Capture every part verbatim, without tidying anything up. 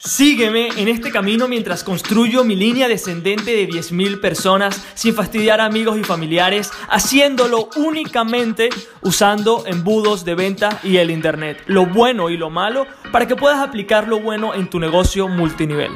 Sígueme en este camino mientras construyo mi línea descendente de diez mil personas sin fastidiar a amigos y familiares, haciéndolo únicamente usando embudos de venta y el internet, lo bueno y lo malo, para que puedas aplicar lo bueno en tu negocio multinivel.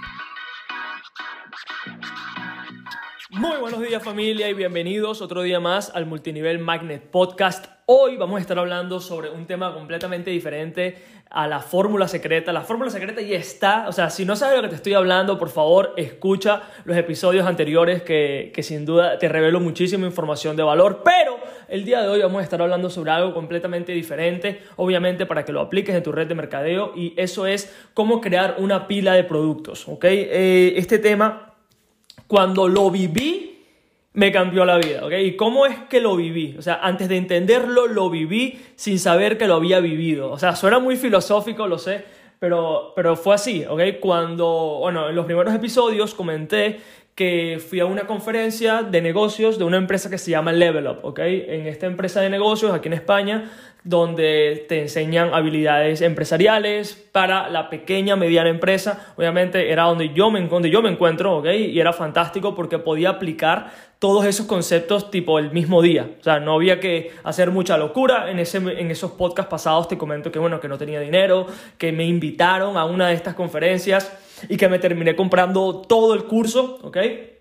Muy buenos días, familia, y bienvenidos otro día más al Multinivel Magnet Podcast. Hoy vamos a estar hablando sobre un tema completamente diferente a la fórmula secreta. La fórmula secreta ya está, o sea, si no sabes de lo que te estoy hablando, por favor, escucha los episodios anteriores que, que sin duda te revelo muchísima información de valor. Pero el día de hoy vamos a estar hablando sobre algo completamente diferente, obviamente para que lo apliques en tu red de mercadeo, y eso es cómo crear una pila de productos, ¿ok? Eh, este tema, cuando lo viví, me cambió la vida, ¿ok? ¿Y cómo es que lo viví? O sea, antes de entenderlo, lo viví sin saber que lo había vivido. O sea, suena muy filosófico, lo sé, pero, pero fue así, ¿ok? Cuando, bueno, en los primeros episodios comenté que fui a una conferencia de negocios de una empresa que se llama Level Up, ¿ok? En esta empresa de negocios aquí en España, donde te enseñan habilidades empresariales para la pequeña, mediana empresa. Obviamente era donde yo me, donde yo me encuentro, ¿ok? Y era fantástico porque podía aplicar todos esos conceptos tipo el mismo día. O sea, no había que hacer mucha locura. En, ese, en esos podcasts pasados te comento que, bueno, que no tenía dinero, que me invitaron a una de estas conferencias y que me terminé comprando todo el curso, ¿ok?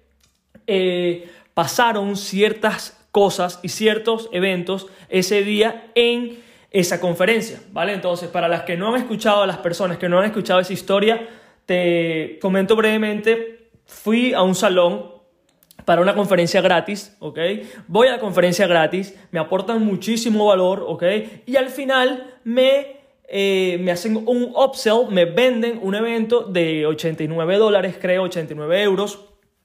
Eh, pasaron ciertas cosas y ciertos eventos ese día en esa conferencia, ¿vale? Entonces, para las que no han escuchado, a las personas que no han escuchado esa historia, te comento brevemente. Fui a un salón para una conferencia gratis, ¿ok? Voy a la conferencia gratis, me aportan muchísimo valor, ¿ok? Y al final me, eh, me hacen un upsell, me venden un evento de ochenta y nueve dólares, creo, ochenta y nueve euros,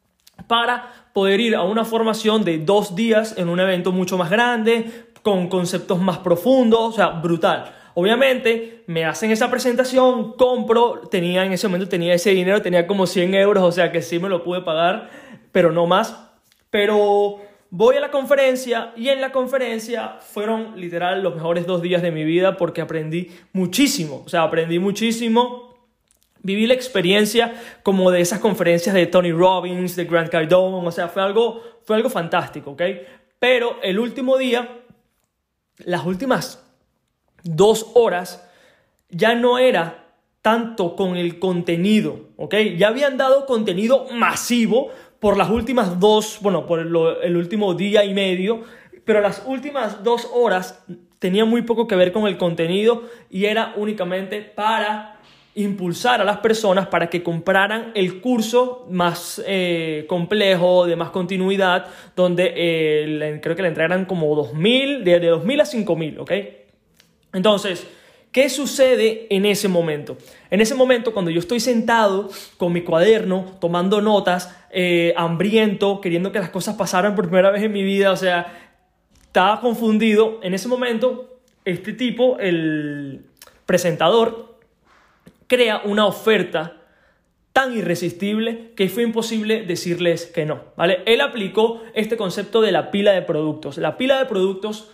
para poder ir a una formación de dos días en un evento mucho más grande, con conceptos más profundos, o sea, brutal. Obviamente me hacen esa presentación, compro, tenía en ese momento tenía ese dinero, tenía como cien euros, o sea que sí me lo pude pagar, pero no más. Pero voy a la conferencia y en la conferencia fueron literal los mejores dos días de mi vida porque aprendí muchísimo, o sea, aprendí muchísimo. Viví la experiencia como de esas conferencias de Tony Robbins, de Grant Cardone, o sea, fue algo, fue algo fantástico, ¿ok? Pero el último día, las últimas dos horas, ya no era tanto con el contenido, ¿ok? Ya habían dado contenido masivo por las últimas dos, bueno, por el, el último día y medio, pero las últimas dos horas tenían muy poco que ver con el contenido y era únicamente para impulsar a las personas para que compraran el curso más eh, complejo, de más continuidad, donde eh, le, creo que le entregaran como dos mil, de, de dos mil a cinco mil, ¿ok? Entonces, ¿qué sucede en ese momento? En ese momento, cuando yo estoy sentado con mi cuaderno, tomando notas, eh, hambriento, queriendo que las cosas pasaran por primera vez en mi vida, o sea, estaba confundido. En ese momento, este tipo, el presentador, crea una oferta tan irresistible que fue imposible decirles que no, ¿vale? Él aplicó este concepto de la pila de productos. La pila de productos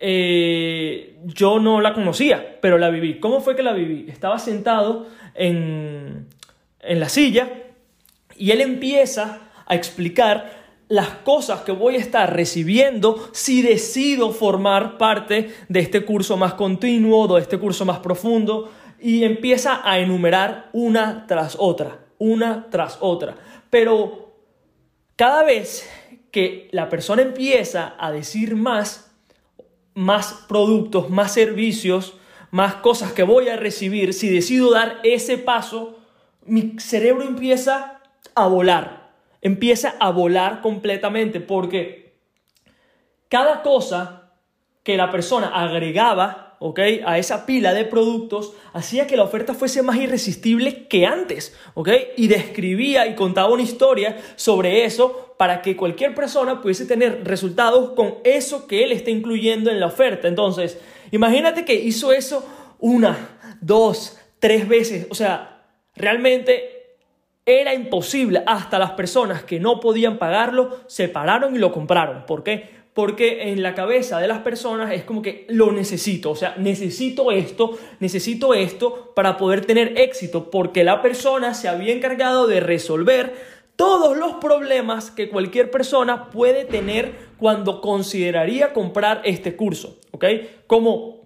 eh, yo no la conocía, pero la viví. ¿Cómo fue que la viví? Estaba sentado en, en la silla y él empieza a explicar las cosas que voy a estar recibiendo si decido formar parte de este curso más continuo, de este curso más profundo. Y empieza a enumerar una tras otra, una tras otra. Pero cada vez que la persona empieza a decir más, más productos, más servicios, más cosas que voy a recibir, si decido dar ese paso, mi cerebro empieza a volar. Empieza a volar completamente porque cada cosa que la persona agregaba, ¿ok?, a esa pila de productos, hacía que la oferta fuese más irresistible que antes, ¿ok? Y describía y contaba una historia sobre eso para que cualquier persona pudiese tener resultados con eso que él está incluyendo en la oferta. Entonces, imagínate que hizo eso una, dos, tres veces. O sea, realmente era imposible. Hasta las personas que no podían pagarlo se pararon y lo compraron. ¿Por qué? Porque en la cabeza de las personas es como que lo necesito, o sea, necesito esto, necesito esto para poder tener éxito, porque la persona se había encargado de resolver todos los problemas que cualquier persona puede tener cuando consideraría comprar este curso, ¿ok? Como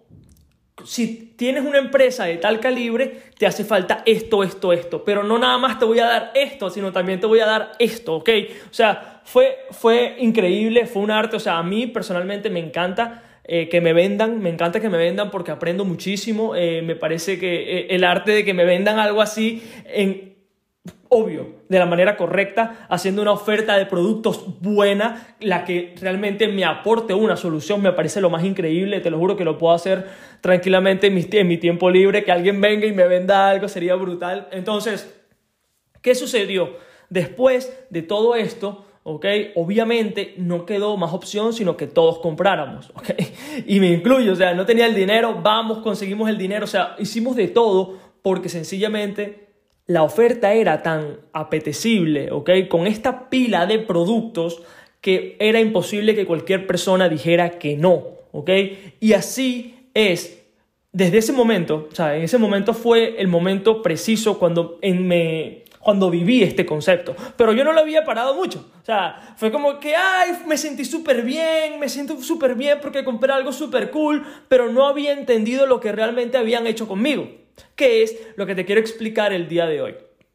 si tienes una empresa de tal calibre, te hace falta esto, esto, esto, pero no nada más te voy a dar esto, sino también te voy a dar esto, ¿ok? O sea, fue, fue increíble, fue un arte, o sea, a mí personalmente me encanta eh, que me vendan, me encanta que me vendan porque aprendo muchísimo, eh, me parece que eh, el arte de que me vendan algo así en... obvio, de la manera correcta, haciendo una oferta de productos buena, la que realmente me aporte una solución, me parece lo más increíble, te lo juro que lo puedo hacer tranquilamente en mi, en mi tiempo libre, que alguien venga y me venda algo, sería brutal. Entonces, ¿qué sucedió? Después de todo esto, ¿ok? Obviamente no quedó más opción sino que todos compráramos, ¿ok? Y me incluyo, o sea, no tenía el dinero, vamos, conseguimos el dinero, o sea, hicimos de todo porque sencillamente la oferta era tan apetecible, ¿ok? Con esta pila de productos que era imposible que cualquier persona dijera que no, ¿ok? Y así es, desde ese momento, o sea, en ese momento fue el momento preciso cuando, en me, cuando viví este concepto. Pero yo no lo había parado mucho. O sea, fue como que, ay, me sentí súper bien, me siento súper bien porque compré algo súper cool, pero no había entendido lo que realmente habían hecho conmigo. ¿Qué es lo que te quiero explicar el día de hoy?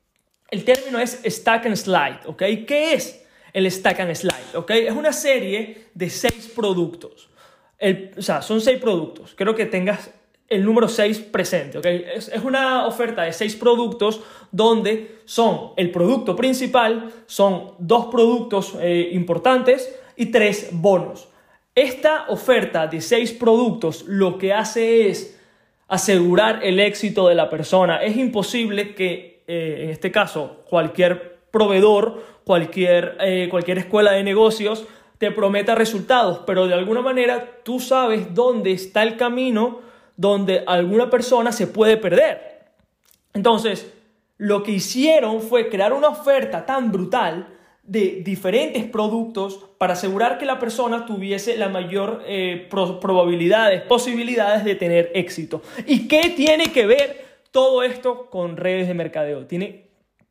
El término es Stack and Slide, ¿ok? ¿Qué es el Stack and Slide? ¿Ok? Es una serie de seis productos. El, o sea, son seis productos. Quiero que tengas el número seis presente, ¿ok? Es, es una oferta de seis productos donde son el producto principal, son dos productos eh, importantes y tres bonos. Esta oferta de seis productos lo que hace es asegurar el éxito de la persona. Es imposible que, eh, en este caso, cualquier proveedor, cualquier, eh, cualquier escuela de negocios te prometa resultados, pero de alguna manera tú sabes dónde está el camino donde alguna persona se puede perder. Entonces, lo que hicieron fue crear una oferta tan brutal de diferentes productos para asegurar que la persona tuviese la mayor eh, pro- probabilidades, posibilidades de tener éxito. ¿Y qué tiene que ver todo esto con redes de mercadeo? Tiene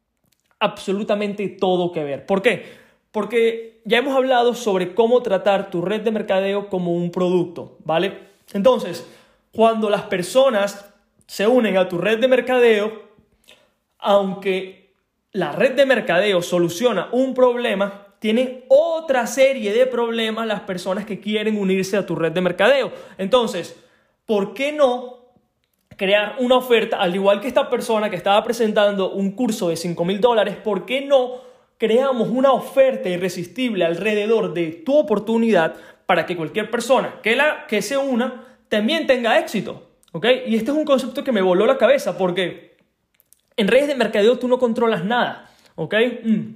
absolutamente todo que ver. ¿Por qué? Porque ya hemos hablado sobre cómo tratar tu red de mercadeo como un producto, ¿vale? Entonces, cuando las personas se unen a tu red de mercadeo, aunque la red de mercadeo soluciona un problema, tienen otra serie de problemas las personas que quieren unirse a tu red de mercadeo. Entonces, ¿por qué no crear una oferta, al igual que esta persona que estaba presentando un curso de cinco mil dólares, ¿por qué no creamos una oferta irresistible alrededor de tu oportunidad para que cualquier persona que, la, que se una también tenga éxito? ¿Ok? Y este es un concepto que me voló la cabeza porque en redes de mercadeo tú no controlas nada, ¿ok? Mm.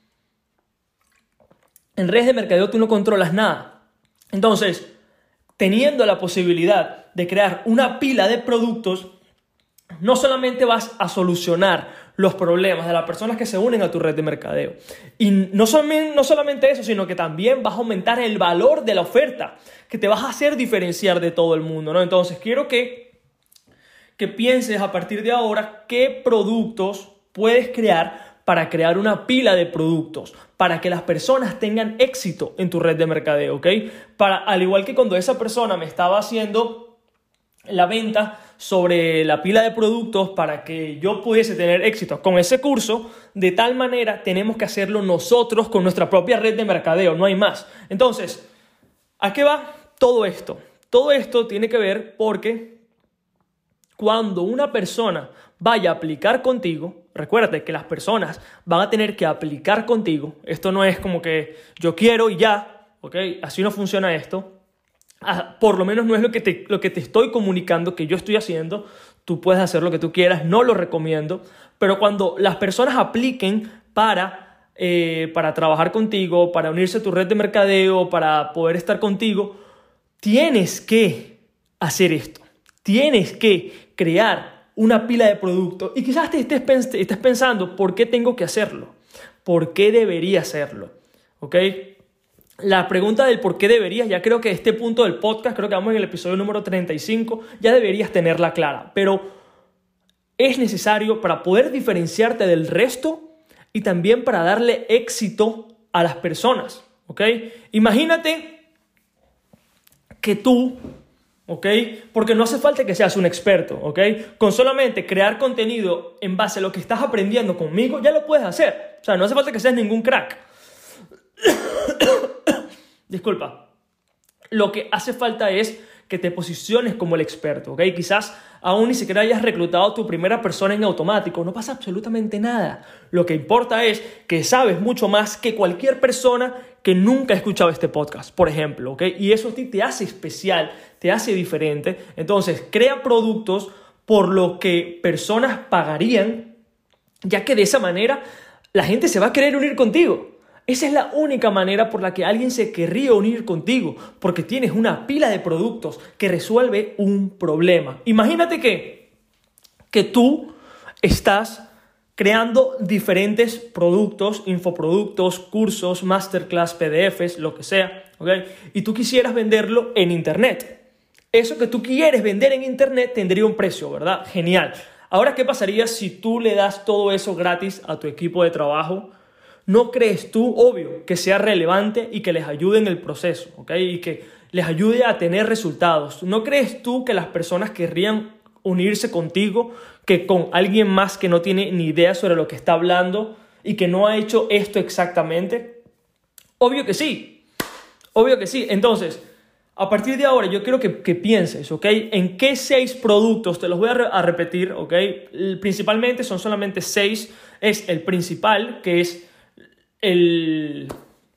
En redes de mercadeo tú no controlas nada. Entonces, teniendo la posibilidad de crear una pila de productos, no solamente vas a solucionar los problemas de las personas que se unen a tu red de mercadeo. Y no solamente, no solamente eso, sino que también vas a aumentar el valor de la oferta, que te vas a hacer diferenciar de todo el mundo, ¿no? Entonces, quiero que que pienses a partir de ahora qué productos puedes crear para crear una pila de productos, para que las personas tengan éxito en tu red de mercadeo, ¿ok? Para, al igual que cuando esa persona me estaba haciendo la venta sobre la pila de productos para que yo pudiese tener éxito con ese curso, de tal manera tenemos que hacerlo nosotros con nuestra propia red de mercadeo, no hay más. Entonces, ¿a qué va todo esto? Todo esto tiene que ver porque cuando una persona vaya a aplicar contigo, recuérdate que las personas van a tener que aplicar contigo. Esto no es como que yo quiero y ya, ¿ok? Así no funciona esto. Ah, por lo menos no es lo que, te, lo que te estoy comunicando que yo estoy haciendo. Tú puedes hacer lo que tú quieras, no lo recomiendo. Pero cuando las personas apliquen para, eh, para trabajar contigo, para unirse a tu red de mercadeo, para poder estar contigo, tienes que hacer esto. Tienes que crear una pila de productos y quizás te estés, pens- estés pensando, ¿por qué tengo que hacerlo? ¿Por qué debería hacerlo? ¿Ok? la pregunta del por qué deberías, ya creo que este punto del podcast, creo que vamos en el episodio número treinta y cinco, ya deberías tenerla clara. Pero es necesario para poder diferenciarte del resto y también para darle éxito a las personas, ¿ok? Imagínate que tú, ¿ok? Porque no hace falta que seas un experto, ¿ok? Con solamente crear contenido en base a lo que estás aprendiendo conmigo, ya lo puedes hacer. O sea, no hace falta que seas ningún crack. Disculpa. Lo que hace falta es que te posiciones como el experto, ¿ok? Quizás aún ni siquiera hayas reclutado a tu primera persona en automático. No pasa absolutamente nada. Lo que importa es que sabes mucho más que cualquier persona que nunca ha escuchado este podcast, por ejemplo, ¿ok? Y eso a ti te hace especial, te hace diferente. Entonces, crea productos por lo que personas pagarían, ya que de esa manera la gente se va a querer unir contigo. Esa es la única manera por la que alguien se querría unir contigo, porque tienes una pila de productos que resuelve un problema. Imagínate que, que tú estás creando diferentes productos, infoproductos, cursos, masterclass, P D Fs, lo que sea, ¿ok? Y tú quisieras venderlo en internet. Eso que tú quieres vender en internet tendría un precio, ¿verdad? Genial. Ahora, ¿qué pasaría si tú le das todo eso gratis a tu equipo de trabajo? ¿No crees tú, obvio, que sea relevante y que les ayude en el proceso, ¿ok? Y que les ayude a tener resultados? ¿No crees tú que las personas querrían unirse contigo que con alguien más que no tiene ni idea sobre lo que está hablando y que no ha hecho esto exactamente? Obvio que sí, obvio que sí. Entonces, a partir de ahora yo quiero que, que pienses, ¿ok? ¿En qué seis productos? Te los voy a, re- a repetir, ¿ok? Principalmente son solamente seis. Es el principal, que es El,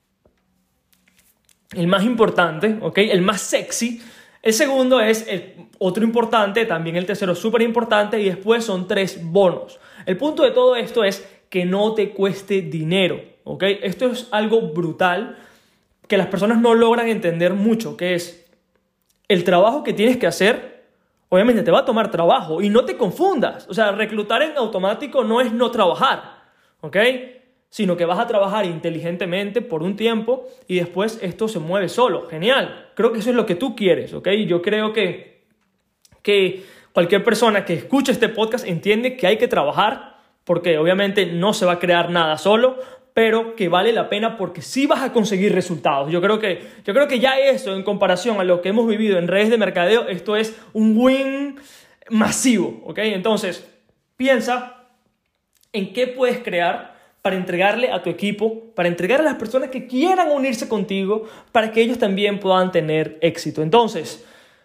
el más importante, ¿ok? El más sexy. El segundo es el otro importante, también el tercero súper importante, y después son tres bonos. El punto de todo esto es que no te cueste dinero, ¿ok? Esto es algo brutal que las personas no logran entender mucho, que es el trabajo que tienes que hacer. Obviamente te va a tomar trabajo y no te confundas. O sea, reclutar en automático no es no trabajar, ¿ok? Sino que vas a trabajar inteligentemente por un tiempo y después esto se mueve solo. Genial. Creo que eso es lo que tú quieres, ¿ok? Yo creo que, que cualquier persona que escuche este podcast entiende que hay que trabajar porque obviamente no se va a crear nada solo, pero que vale la pena porque sí vas a conseguir resultados. Yo creo que, yo creo que ya eso, en comparación a lo que hemos vivido en redes de mercadeo, esto es un win masivo, ¿ok? Entonces, piensa en qué puedes crear para entregarle a tu equipo, para entregar a las personas que quieran unirse contigo, para que ellos también puedan tener éxito. Entonces,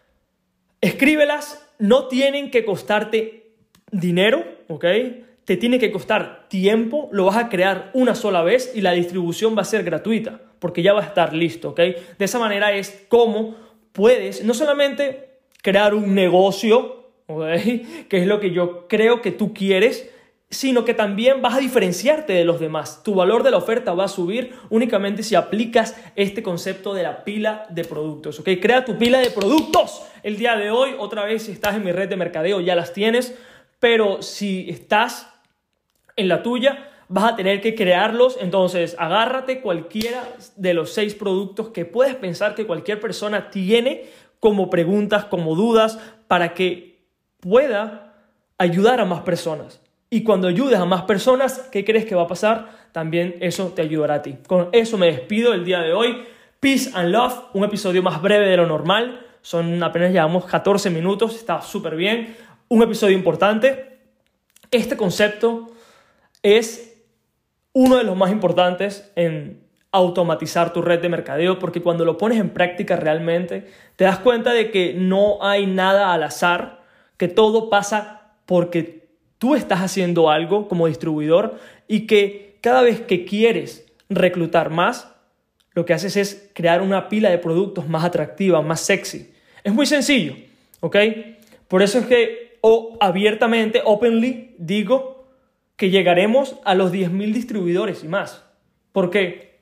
escríbelas, no tienen que costarte dinero, ¿ok? Te tiene que costar tiempo, lo vas a crear una sola vez y la distribución va a ser gratuita, porque ya va a estar listo, ¿ok? De esa manera es como puedes no solamente crear un negocio, ¿ok? Que es lo que yo creo que tú quieres, sino que también vas a diferenciarte de los demás. Tu valor de la oferta va a subir únicamente si aplicas este concepto de la pila de productos, ¿ok? Crea tu pila de productos. El día de hoy, otra vez, si estás en mi red de mercadeo, ya las tienes, pero si estás en la tuya, vas a tener que crearlos. Entonces, agárrate cualquiera de los seis productos que puedes pensar que cualquier persona tiene como preguntas, como dudas, para que pueda ayudar a más personas. Y cuando ayudes a más personas, ¿qué crees que va a pasar? También eso te ayudará a ti. Con eso me despido el día de hoy. Peace and love, un episodio más breve de lo normal. Son apenas llevamos catorce minutos, está súper bien. Un episodio importante. Este concepto es uno de los más importantes en automatizar tu red de mercadeo, porque cuando lo pones en práctica realmente, te das cuenta de que no hay nada al azar, que todo pasa porque tú estás haciendo algo como distribuidor y que cada vez que quieres reclutar más, lo que haces es crear una pila de productos más atractiva, más sexy. Es muy sencillo, ¿ok? Por eso es que o abiertamente, openly, digo que llegaremos a los diez mil distribuidores y más. ¿Por qué?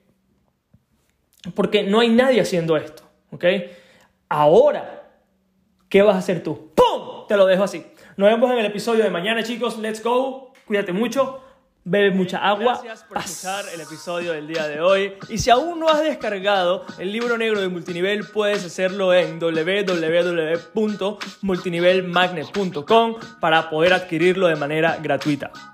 Porque no hay nadie haciendo esto, ¿ok? Ahora, ¿qué vas a hacer tú? ¡Pum! Te lo dejo así. Nos vemos en el episodio de mañana, chicos. Let's go. Cuídate mucho. Bebe mucha agua. Gracias por paz. escuchar el episodio del día de hoy. Y si aún no has descargado el libro negro de Multinivel, puedes hacerlo en doble u doble u doble u punto multinivel magnet punto com para poder adquirirlo de manera gratuita.